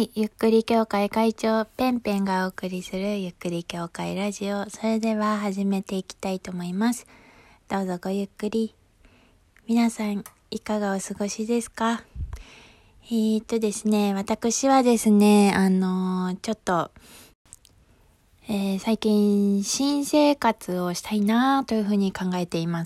い、ゆっくり協会会長ペンペンがお送りするゆっくり協会ラジオ。それでは始めていきたいと思います。どうぞごゆっくり。皆さんいかがお過ごしですか？ですね、私はですね、ちょっと、最近新生活をしたいなというふうに考えています。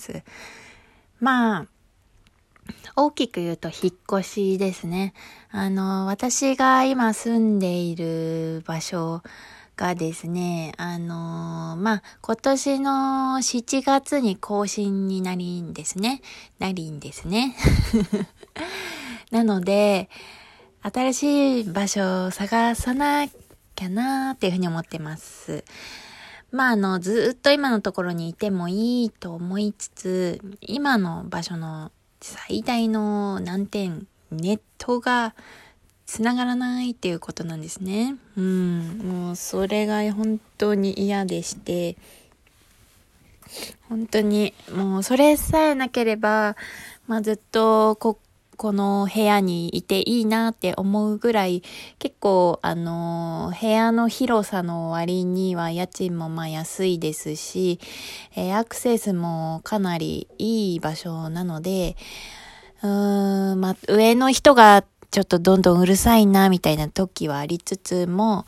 大きく言うと引っ越しですね。私が今住んでいる場所がですね、今年の7月に更新になりんですね。なので、新しい場所を探さなきゃなーっていうふうに思ってます。ずっと今のところにいてもいいと思いつつ、今の場所の最大の難点、ネットが繋がらないっていうことなんですね。もうそれが本当に嫌でして、本当にもうそれさえなければ、ずっとこの部屋にいていいなって思うぐらい、結構部屋の広さの割には家賃も安いですし、アクセスもかなりいい場所なので、上の人がちょっとどんどんうるさいなみたいな時はありつつも、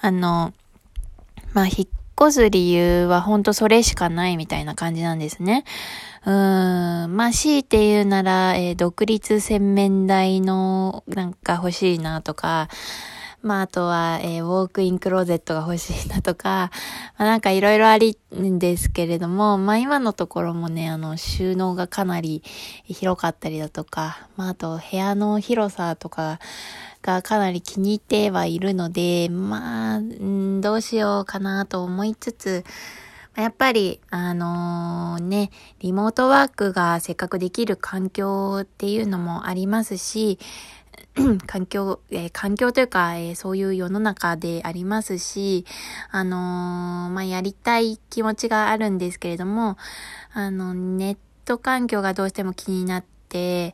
引っ越す理由は本当それしかないみたいな感じなんですね。強いて言うなら、独立洗面台のなんか欲しいなとか、あとは、ウォークインクローゼットが欲しいなとか、なんかいろいろありんですけれども、今のところもね、収納がかなり広かったりだとか、あと部屋の広さとかがかなり気に入ってはいるので、どうしようかなと思いつつ、やっぱり、リモートワークがせっかくできる環境っていうのもありますし、環境というか、そういう世の中でありますし、やりたい気持ちがあるんですけれども、ネット環境がどうしても気になって、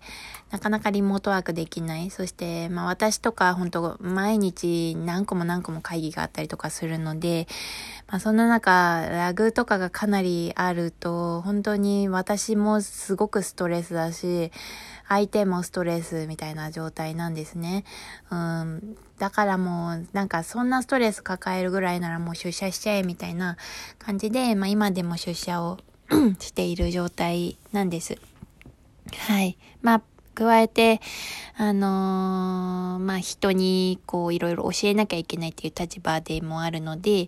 なかなかリモートワークできない。そして、私とか本当毎日何個も会議があったりとかするので、そんな中、ラグとかがかなりあると、本当に私もすごくストレスだし、相手もストレスみたいな状態なんですね。だからもう、なんかそんなストレス抱えるぐらいならもう出社しちゃえみたいな感じで、今でも出社をしている状態なんです。はい。加えて、人にいろいろ教えなきゃいけないっていう立場でもあるので、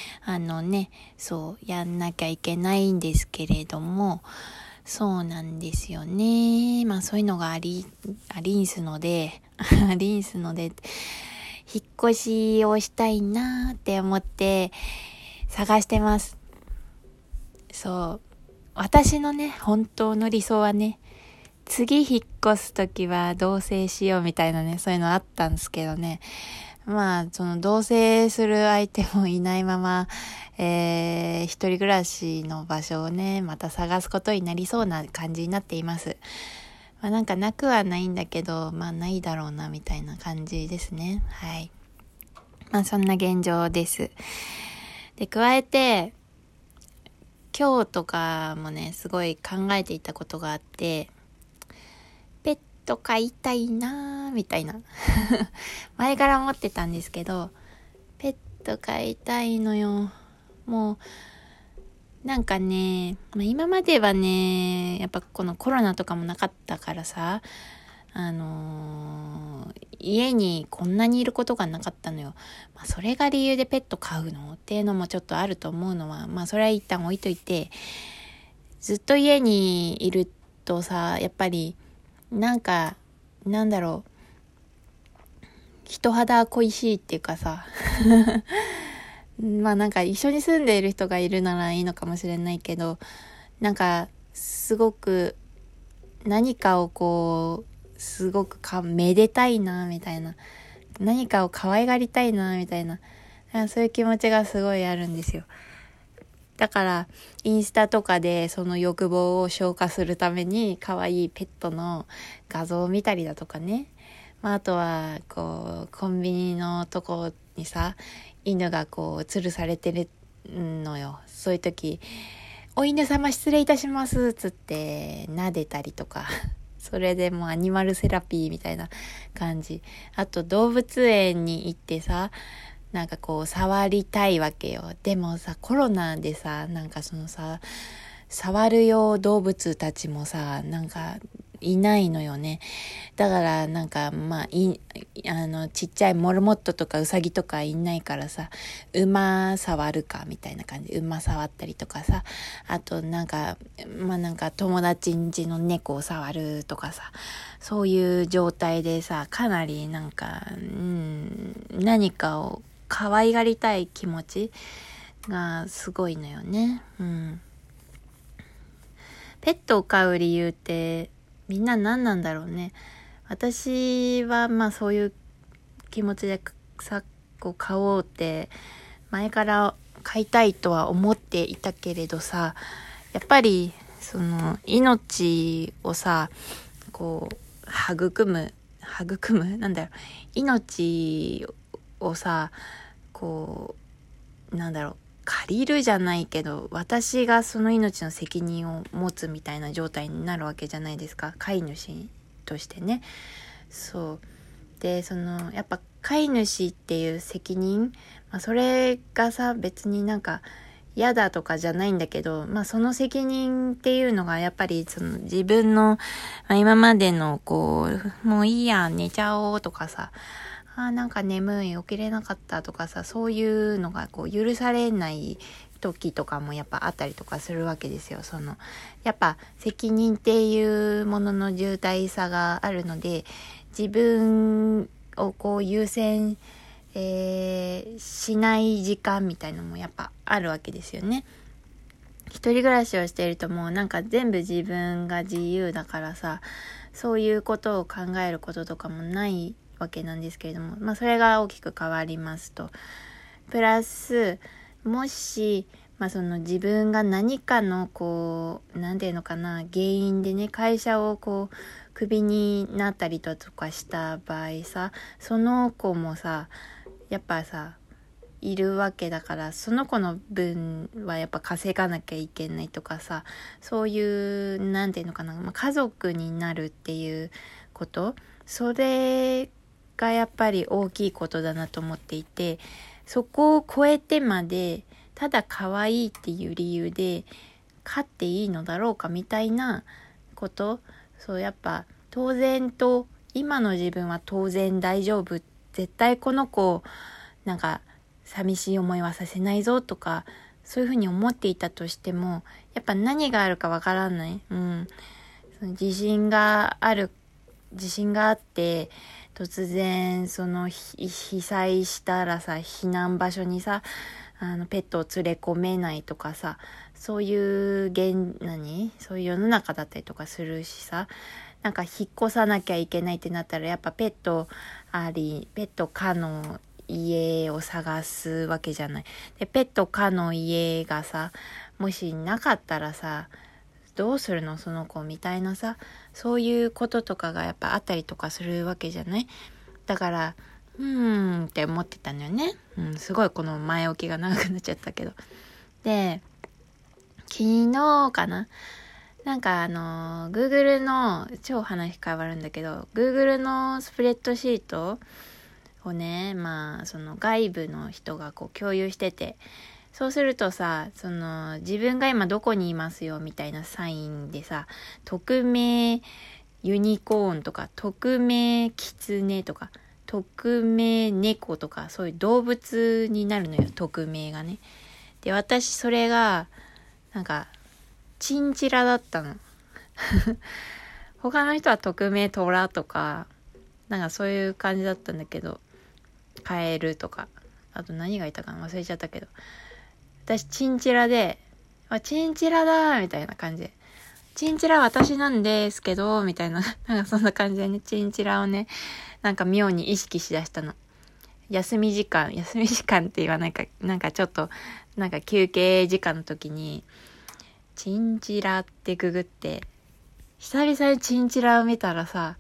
やんなきゃいけないんですけれども、そうなんですよね。そういうのがありんすので、引っ越しをしたいなーって思って探してます。そう。私のね、本当の理想はね、次引っ越すときは同棲しようみたいなね、そういうのあったんですけどね。その同棲する相手もいないまま、一人暮らしの場所をね、また探すことになりそうな感じになっています。なんかなくはないんだけど、ないだろうなみたいな感じですね。はい。そんな現状です。で、加えて、今日とかもね、すごい考えていたことがあって、ペット飼いたいなーみたいな前から思ってたんですけど、ペット飼いたいのよ。もうなんかね、今まではね、やっぱこのコロナとかもなかったからさ、家にこんなにいることがなかったのよ。それが理由でペット飼うのっていうのもちょっとあると思うのは、それは一旦置いといて、ずっと家にいるとさ、やっぱりなんだろう、人肌恋しいっていうかさなんか一緒に住んでいる人がいるならいいのかもしれないけど、なんかすごく何かをすごくめでたいなみたいな、何かを可愛がりたいなみたいな、そういう気持ちがすごいあるんですよ。だからインスタとかでその欲望を消化するために可愛いペットの画像を見たりだとかね、 あとはこうコンビニのとこにさ、犬がこう吊るされてるのよ。そういう時、お犬様失礼いたしますつって撫でたりとかそれでもうアニマルセラピーみたいな感じ。あと動物園に行ってさ、なんかこう触りたいわけよ。でもさ、コロナでさ、なんかそのさ、触る用動物たちもさ、なんかいないのよね。だからなんかちっちゃいモルモットとかウサギとかいないからさ、馬触るかみたいな感じ。馬触ったりとかさ、あとなんか友達ん家の猫を触るとかさ、そういう状態でさ、かなりなんか、何かを可愛がりたい気持ちがすごいのよね。ペットを飼う理由ってみんな何なんだろうね。私はそういう気持ちでさ、こう飼おうって前から飼いたいとは思っていたけれどさ、やっぱりその命をさ、こう育むなんだろう、命をさ、こう借りるじゃないけど、私がその命の責任を持つみたいな状態になるわけじゃないですか、飼い主としてね。そうで、やっぱ飼い主っていう責任、それがさ、別になんか嫌だとかじゃないんだけど、その責任っていうのがやっぱりその自分の、今までのこう、もういいや寝ちゃおうとかさ、なんか眠い起きれなかったとかさ、そういうのがこう許されない時とかもやっぱあったりとかするわけですよ。やっぱ責任っていうものの重大さがあるので、自分をこう優先、しない時間みたいなのもやっぱあるわけですよね。一人暮らしをしているともうなんか全部自分が自由だからさ、そういうことを考えることとかもないわけなんですけれども、それが大きく変わりますと。プラス、もし、その自分が何かのこう、なんていうのかな、原因でね、会社をこう、クビになったりとかした場合さ、その子もさ、やっぱさ、いるわけだから、その子の分はやっぱ稼がなきゃいけないとかさ、そういう、なんていうのかな、家族になるっていうこと、それがやっぱり大きいことだなと思っていて、そこを超えてまでただ可愛いっていう理由で飼っていいのだろうかみたいなこと、そうやっぱ当然と、今の自分は当然大丈夫、絶対この子なんか寂しい思いはさせないぞとか、そういうふうに思っていたとしても、やっぱ何があるかわからない。その自信があって突然被災したらさ、避難場所にさ、ペットを連れ込めないとかさ、そういうそういう世の中だったりとかするしさ、なんか引っ越さなきゃいけないってなったら、やっぱペット可の家を探すわけじゃない。で、ペット可の家がさ、もしなかったらさ、どうするのその子みたいなさ、そういうこととかがやっぱあったりとかするわけじゃない。だからって思ってたんだよね。すごいこの前置きが長くなっちゃったけど。で、昨日かな、なんかGoogle の、超話変わるんだけど、Google のスプレッドシートをね、その外部の人がこう共有してて、そうするとさ、自分が今どこにいますよみたいなサインでさ、匿名ユニコーンとか、匿名キツネとか、匿名猫とか、そういう動物になるのよ、匿名がね。で、私それがなんかチンチラだったの他の人は匿名トラとか、なんかそういう感じだったんだけど、カエルとか、あと何がいたかな忘れちゃったけど、私チンチラで、チンチラだみたいな感じで、チンチラ私なんですけどみたいな、なんかそんな感じでね、チンチラをね、なんか妙に意識しだしたの。休み時間って言わないか、なんかちょっとなんか休憩時間の時にチンチラってググって、久々にチンチラを見たらさ、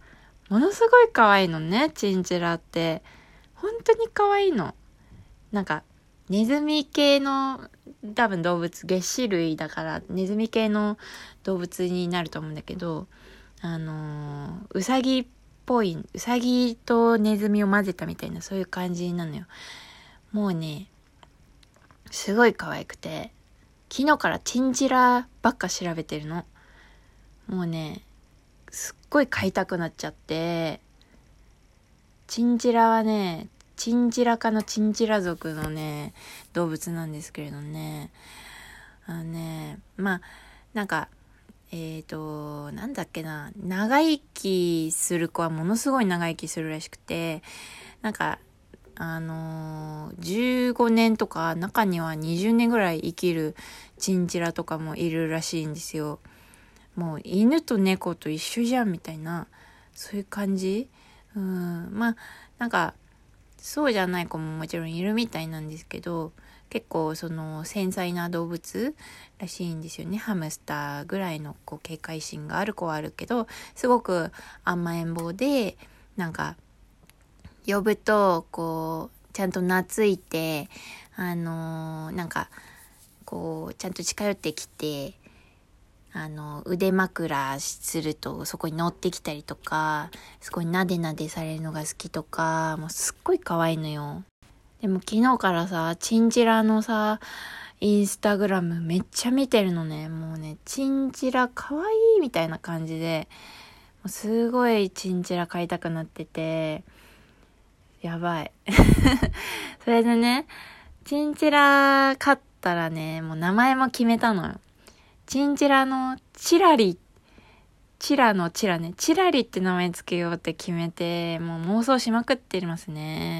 ものすごい可愛いのね、チンチラって。本当に可愛いの。なんか、ネズミ系の多分動物、齧歯類だからネズミ系の動物になると思うんだけど、ウサギっぽい、ウサギとネズミを混ぜたみたいなそういう感じなのよ。もうね、すごい可愛くて、昨日からチンチラばっか調べてるの。もうね、すっごい飼いたくなっちゃって、チンチラはね、チンチラ科のチンチラ属のね、動物なんですけれどね。まあ、なんか、なんだっけな、長生きする子はものすごい長生きするらしくて、なんか、15年とか、中には20年ぐらい生きるチンチラとかもいるらしいんですよ。もう犬と猫と一緒じゃんみたいな、そういう感じ。まあ、なんか、そうじゃない子ももちろんいるみたいなんですけど、結構その繊細な動物らしいんですよね。ハムスターぐらいのこう警戒心がある子はあるけど、すごく甘えん坊で、なんか呼ぶとこうちゃんと懐いて、なんかこうちゃんと近寄ってきて、腕枕するとそこに乗ってきたりとか、すごいなでなでされるのが好きとか、もうすっごい可愛いのよ。でも昨日からさ、チンチラのさ、インスタグラムめっちゃ見てるのね。もうね、チンチラ可愛いみたいな感じで、もうすごいチンチラ飼いたくなってて、やばい。それでね、チンチラ飼ったらね、もう名前も決めたのよ。チンチラのチラリ、チラのチラね、チラリって名前つけようって決めて、もう妄想しまくってますね。